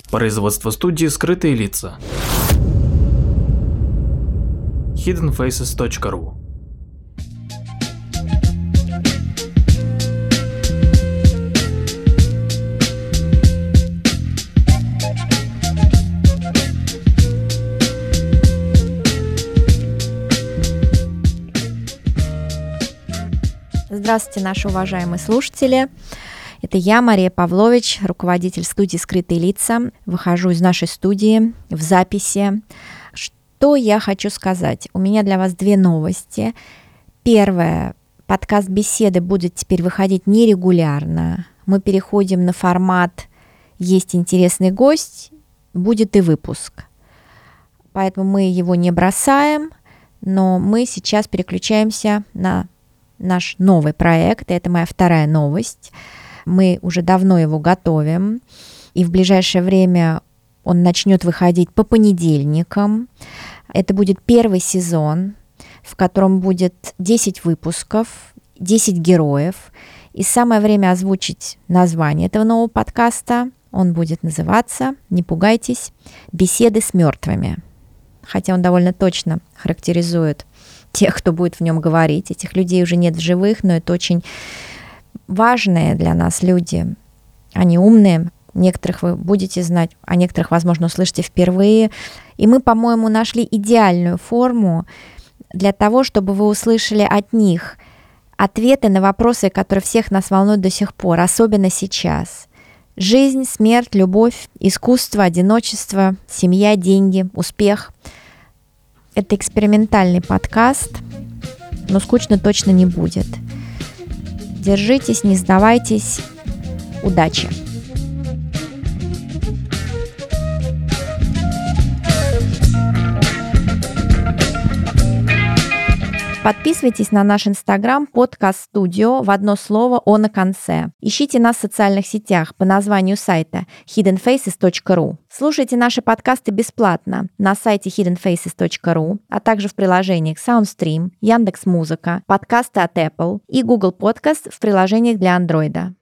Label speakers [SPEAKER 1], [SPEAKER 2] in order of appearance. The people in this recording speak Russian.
[SPEAKER 1] Производство студии «Скрытые лица». hiddenfaces.ru.
[SPEAKER 2] Здравствуйте, наши уважаемые слушатели. Это я, Мария Павлович, руководитель студии «Скрытые лица». Выхожу из нашей студии в записи. Что я хочу сказать? У меня для вас две новости. Первое. Подкаст беседы будет теперь выходить нерегулярно. Мы переходим на формат «Есть интересный гость», будет и выпуск. Поэтому мы его не бросаем, но мы сейчас переключаемся на наш новый проект. Это моя вторая новость. Мы уже давно его готовим, и в ближайшее время он начнет выходить по понедельникам. Это будет первый сезон, в котором будет 10 выпусков, 10 героев. И самое время озвучить название этого нового подкаста. Он будет называться, не пугайтесь, «Беседы с мертвыми». Хотя он довольно точно характеризует тех, кто будет в нем говорить. Этих людей уже нет в живых, но это очень важные для нас люди. Они умные, некоторых вы будете знать, а некоторых, возможно, услышите впервые. И мы, по-моему, нашли идеальную форму для того, чтобы вы услышали от них ответы на вопросы, которые всех нас волнуют до сих пор, особенно сейчас. Жизнь, смерть, любовь, искусство, одиночество, семья, деньги, успех. Это экспериментальный подкаст, но скучно точно не будет. Держитесь, не сдавайтесь. Удачи! Подписывайтесь на наш инстаграм «Подкаст Студио» в одно слово «О» на конце. Ищите нас в социальных сетях по названию сайта hiddenfaces.ru. Слушайте наши подкасты бесплатно на сайте hiddenfaces.ru, а также в приложениях SoundStream, Яндекс.Музыка, подкасты от Apple и Google Podcast в приложениях для Android.